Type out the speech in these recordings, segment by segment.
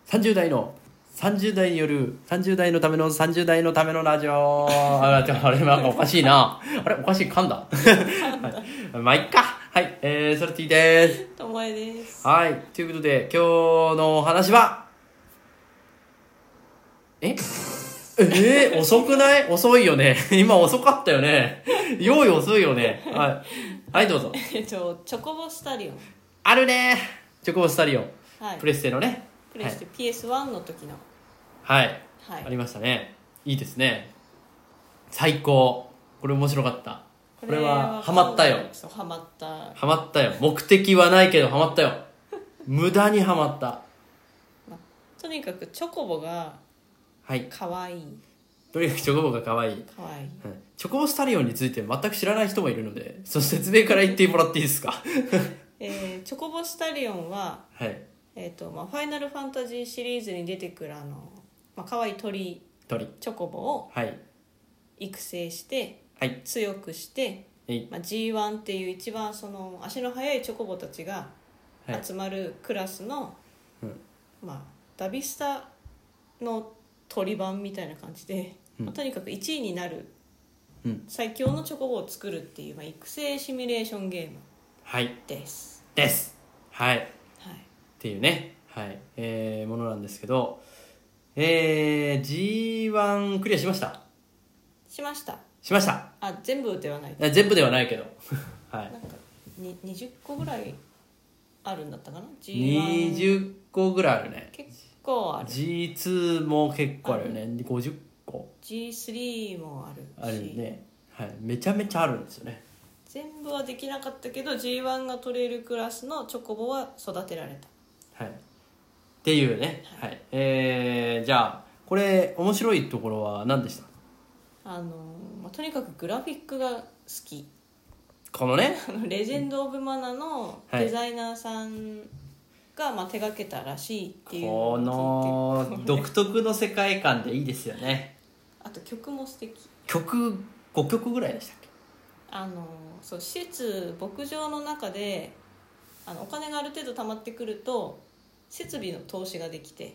30代による30代のための30代のためのラジオ。あれなんかおかしいな。あれおかしい、噛んだ。はい、まあいっか。はい、ソルティです。 ともえです。 はい、ということで今日のお話は遅くない？遅いよね。今遅かったよね。用意遅いよね。はい、はい、どうぞ。 チョコボスタリオン。 あるね。チョコボスタリオン。 はい。 プレステのね。 プレステ、はい、PS1 の時の。 はい、はい、ありましたね。いいですね。最高。これ面白かった。これはハマったよ。 そう、ハマったよ。目的はないけどハマったよ。無駄にハマった。 とにかくチョコボがかわいい。 とにかくチョコボがかわいい。チョコボスタリオンについて全く知らない人もいるので、その説明から言ってもらっていいですか？ チョコボスタリオンは、 はい、 ファイナルファンタジーシリーズに出てくるかわいい鳥チョコボを育成して、はい、強くして、G1 っていう一番その足の速いチョコボたちが集まるクラスの、ダビスタの鳥版みたいな感じで、とにかく1位になる、最強のチョコボを作るっていう、育成シミュレーションゲームです。 はい、っていうね、ものなんですけど、G1 クリアしました。 全部ではない。 全部ではないけど、はい。 なんか20個ぐらいあるんだったかな。 20個ぐらいあるね。 結構ある。 G2 も結構あるよね。50個。 G3 もあるし。 あるね。はい。めちゃめちゃあるんですよね。 全部はできなかったけど G1 が取れるクラスのチョコボは育てられた。 はい。っていうね。はい。じゃあこれ面白いところは何でした？ とにかくグラフィックが好き。 このねレジェンド・オブ・マナのデザイナーさんが手掛けたらしいっていうのを聞いて、 この独特の世界観でいいですよね。 あと曲も素敵。 曲5曲ぐらいでしたっけ？ そう、施設牧場の中でお金がある程度貯まってくると設備の投資ができて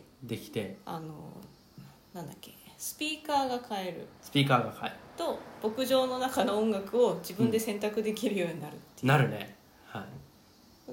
なんだっけ、スピーカーが買えると牧場の中の音楽を自分で選択できるようになるっていう、 なるね。はい。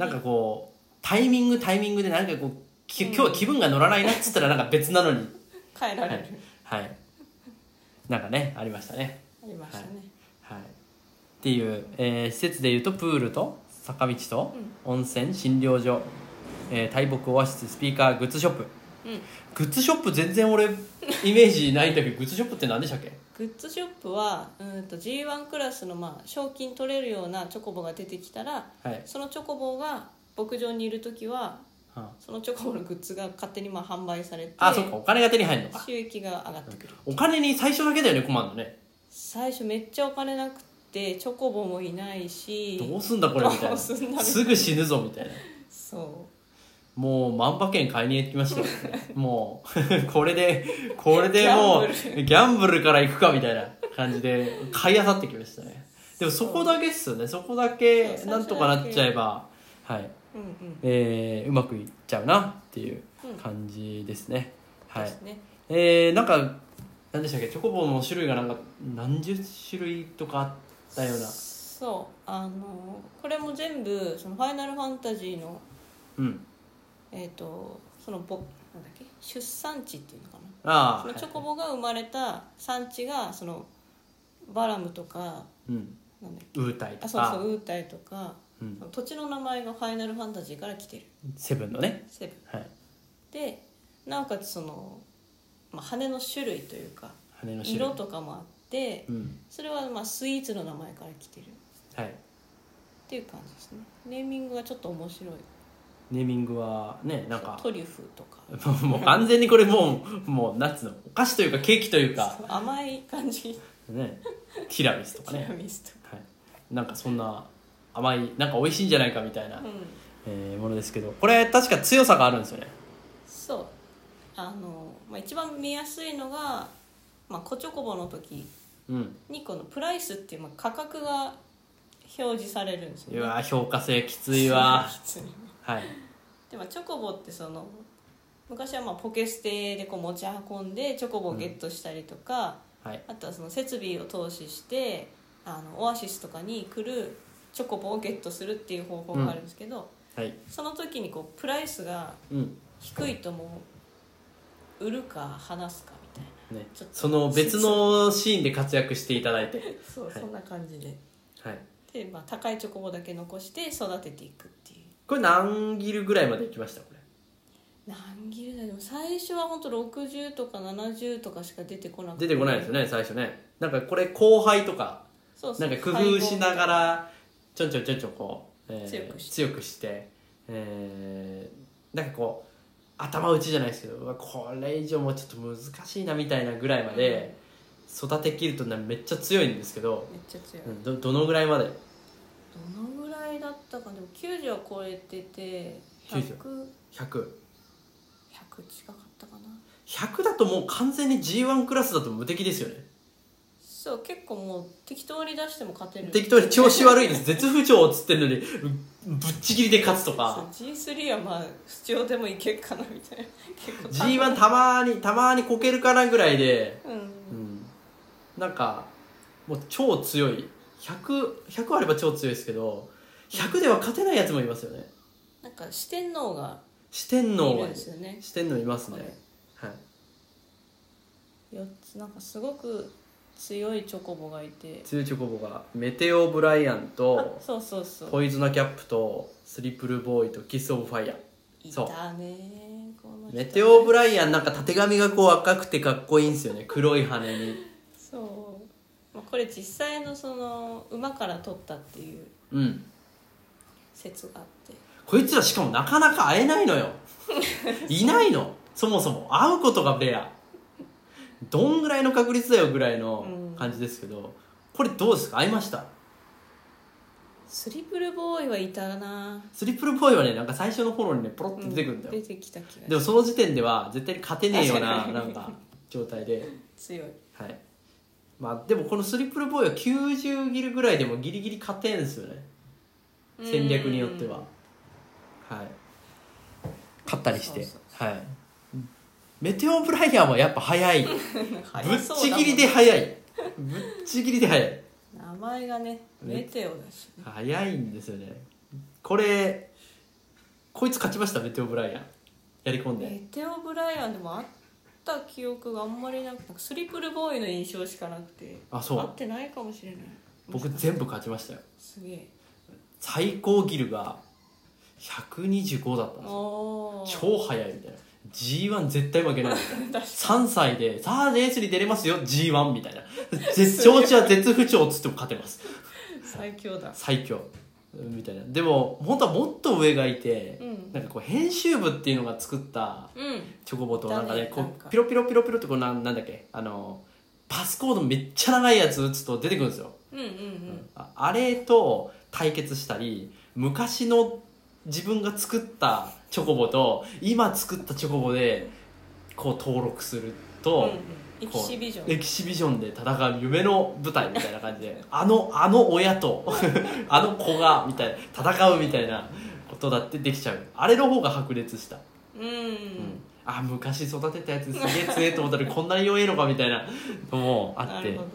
なんかこうタイミングでなんかこう今日は気分が乗らないなっつったらなんか別なのに変えられる。 はい。なんかね、ありましたね。はい。っていう、施設でいうとプールと坂道と温泉、診療所、大木オアシス、スピーカー、グッズショップ。グッズショップ全然俺イメージないんだけど、グッズショップって何でしたっけ？ グッズショップはG1 クラスの賞金取れるようなチョコボが出てきたら、そのチョコボが牧場にいるときは、そのチョコボのグッズが勝手に販売されて、 そっか、お金が手に入るのか。 収益が上がってくる。 お金に最初だけだよね、困るのね。 最初めっちゃお金なくてチョコボもいないし、 どうすんだこれみたいな、すぐ死ぬぞみたいな。そうもう万馬券買いに行きましたよもうこれでもうギャンブルから行くかみたいな感じで買い漁ってきましたね。でもそこだけっすよね。そこだけなんとかなっちゃえば、うまくいっちゃうなっていう感じですね。はい。なんか何でしたっけ、チョコボの種類がなんか何十種類とかあったような。 そう、これも全部そのファイナルファンタジーのそのなんだっけ、出産地っていうのかな、そのチョコボが生まれた産地がそのバラムとか、なんだっけ、 ウータイとか、 そうウータイとか、土地の名前がファイナルファンタジーから来てる。 セブンのね。 でなおかつその、羽の種類というか色とかもあって、それはスイーツの名前から来てる、っていう感じですね。ネーミングがちょっと面白い。 ネーミングはね、なんかトリュフとかもう完全にこれもうナッツのお菓子というかケーキというか甘い感じね。ティラミスとかねなんかそんな甘い、なんか美味しいんじゃないかみたいな、ものですけど、これ確か強さがあるんですよね。 そう、一番見やすいのが、コチョコボの時にこのプライスっていう価格が表示されるんですよね。 評価性きついわ。 きつい。 はい。 でチョコボってその昔はまあポケステでこう持ち運んでチョコボをゲットしたりとか、 はい、 あとはその設備を投資してオアシスとかに来るチョコボをゲットするっていう方法があるんですけど、 はい、 その時にこうプライスが低いともう売るか離すかみたいな、 ね、その別のシーンで活躍していただいてそう、はい、そんな感じで、 はい、 で、まあ、高いチョコボだけ残して育てていくっていう。 これ何ギルぐらいまでいきました？これ何ギルだ。でも最初は本当60とか70とかしか出てこなくて、 出てこないですよね最初ね。なんかこれ後輩とかなんか工夫しながらちょんこう、強くして、なんかこう頭打ちじゃないですけど、これ以上もうちょっと難しいなみたいなぐらいまで育てきるとめっちゃ強いんですけど、 めっちゃ強い、 どのぐらいまで？ どのぐらいだったか。でも90は超えてて100近かったかな。 100だともう完全に G1 クラスだと無敵ですよね。 そう、結構もう適当に出しても勝てる。 適当に調子悪いです絶不調っつってんのにぶっちぎりで勝つとか。 G3 はまあ不調でもいけるかなみたいな。 結構 G1 たまにこけるかなぐらいで、なんかもう超強い100あれば超強いですけど、100では勝てないやつもいますよね。 なんか四天王が四天王いるんですよね。 四天王いますね。はい。 4つなんかすごく強いチョコボがいて、 強いチョコボがメテオブライアンとそうポイズナキャップとスリプルボーイとキスオブファイヤーいたね。このメテオブライアンなんかたてがみがこう赤くてかっこいいんですよね。黒い羽に。 そう、まあ、これ実際のその馬から取ったっていう説があって、 こいつらしかもなかなか会えないのよいないの、そもそも会うことがレア。どんぐらいの確率だよぐらいの感じですけど、これどうですか？会いました？ スリプルボーイはいたな。 スリプルボーイはね、なんか最初の頃にねポロッと出てくるんだよ、 出てきた気がする。 でもその時点では絶対に勝てねえようななんか状態で強い。 はい。まあでもこのスリプルボーイは90ギルぐらいでもギリギリ勝てんすよね、戦略によっては。はい、勝ったりして。はい。メテオブライアンはやっぱ速いぶっちぎりで速いぶっちぎりで速い。 名前がねメテオだし、ね、 速いんですよね。こいつ勝ちました。メテオブライアンやり込んで。 メテオブライアンでもあった記憶があんまりなくて、スリプルボーイの印象しかなくて。 あ、そう。 合ってないかもしれない。 僕全部勝ちましたよ。 すげえ。 最高ギルが125だったんですよ。超速いみたいな。G1 絶対負けないみたいな3歳でさあレースに出れますよ G1 みたいな調子は絶不調っつっても勝てます最強だ。 最強みたいな。でも本当はもっと上がいて、なんかこう編集部っていうのが作ったチョコボとなんかね、こうピロピロってこうなんだっけ、パスコードめっちゃ長いやつ打つと出てくるんですよ。あれと対決したり、昔の自分が作ったチョコボと今作ったチョコボでこう登録すると、 エキシビジョンで戦う夢の舞台みたいな感じであの親とあの子がみたいな戦うみたいなことだってできちゃう。あれの方が白熱した。あ、昔育てたやつすげえ強えと思ったらこんなに弱えのかみたいなのもあって、はい、だ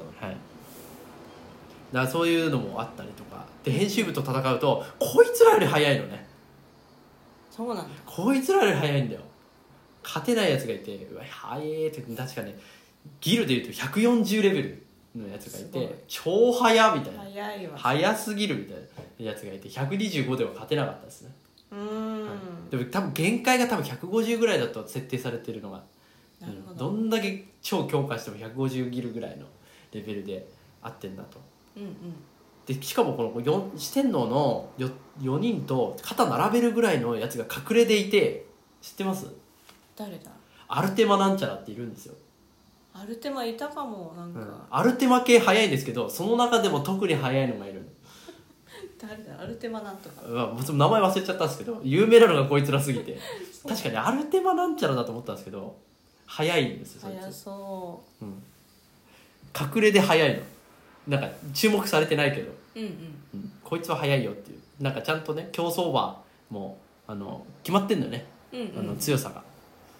からそういうのもあったりとかで、編集部と戦うとこいつらより速いのね。 そうなんだ。 こいつらより速いんだよ。勝てないやつがいて、うわ速えって。確かねギルでいうと140レベルのやつがいて超速みたいな、 速いわ、 速すぎるみたいなやつがいて125では勝てなかったですね。でも多分限界が多分150ぐらいだと設定されてるのが、どんだけ超強化しても150ギルぐらいのレベルで合ってんだと。でしかもこの四天王の 4人と肩並べるぐらいのやつが隠れていて、知ってます？ 誰だ？ アルテマなんちゃらっているんですよ。 アルテマいたかも。なんか、 アルテマ系早いんですけど、その中でも特に早いのがいる誰だ？アルテマなんとか、 名前忘れちゃったんですけど、有名なのがこいつらすぎて確かにアルテマなんちゃらだと思ったんですけど、早いんですよ。 早そう、 隠れで早いの。なんか注目されてないけど、こいつは早いよっていう、なんかちゃんとね競走馬も決まってんのよね、強さが。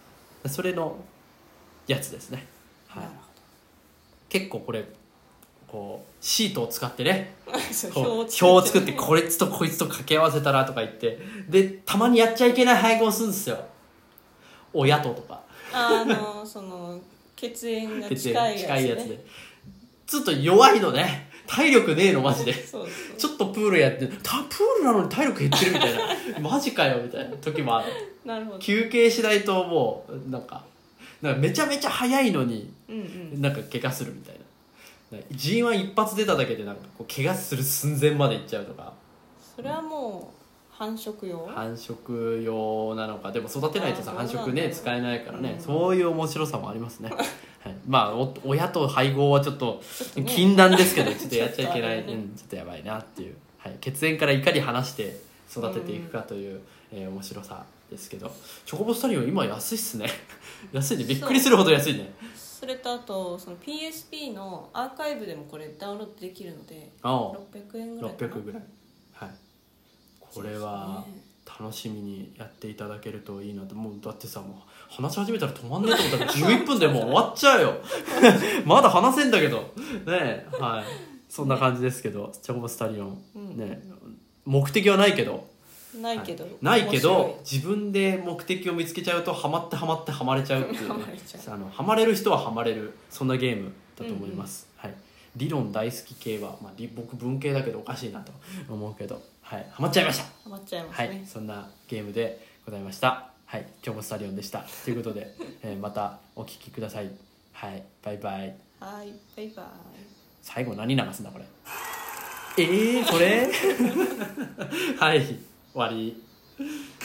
それのやつですね、はい、結構これこうシートを使ってね表を作ってこいつとこいつと掛け合わせたらとか言ってでたまにやっちゃいけない配合するんですよ。親とかその血縁が近いやつでちょっと弱いのね、体力ねえのマジでそうちょっとプールやってプールなのに体力減ってるみたいなマジかよみたいな時もある。 なるほど。 休憩しないともうなんかめちゃめちゃ速いのに、なんか怪我するみたいな、G1 一発出ただけでなんかこう怪我する寸前までいっちゃうとか。 それはもう繁殖用なのか。でも育てないとさ繁殖ね使えないからね、そういう面白さもありますね、はい、まあ親と配合はちょっと禁断ですけどちょっとやっちゃいけない、ちょっとやばいなっていう、はい、血縁からいかに離して育てていくかという、面白さですけど、チョコボスタリオン今安いっすね安いね、びっくりするほど安いね。 それとあとその PSP のアーカイブでもこれダウンロードできるので600円ぐらいかな。600ぐらい、 はい、これは楽しみにやっていただけるといいなと。もうだってさ、もう話し始めたら止まんねえと思ったら11分でもう終わっちゃうよまだ話せんだけどね。はい、そんな感じですけど、チョコボスタリオン、ね、目的はないけどないけど自分で目的を見つけちゃうとハマってハマれちゃうっていう、ね、ハマれる人はハマれる、そんなゲームだと思います、はい、理論大好き系は、僕文系だけどおかしいなと思うけど、はい、ハマっちゃいました。 ハマっちゃいますね、 はい、そんなゲームでございました。はい、チョコボスタリオンでしたということで、またお聞きください。はい、バイバイ。 はい、バイバイ。 最後何流すんだこれこれはい、終わり。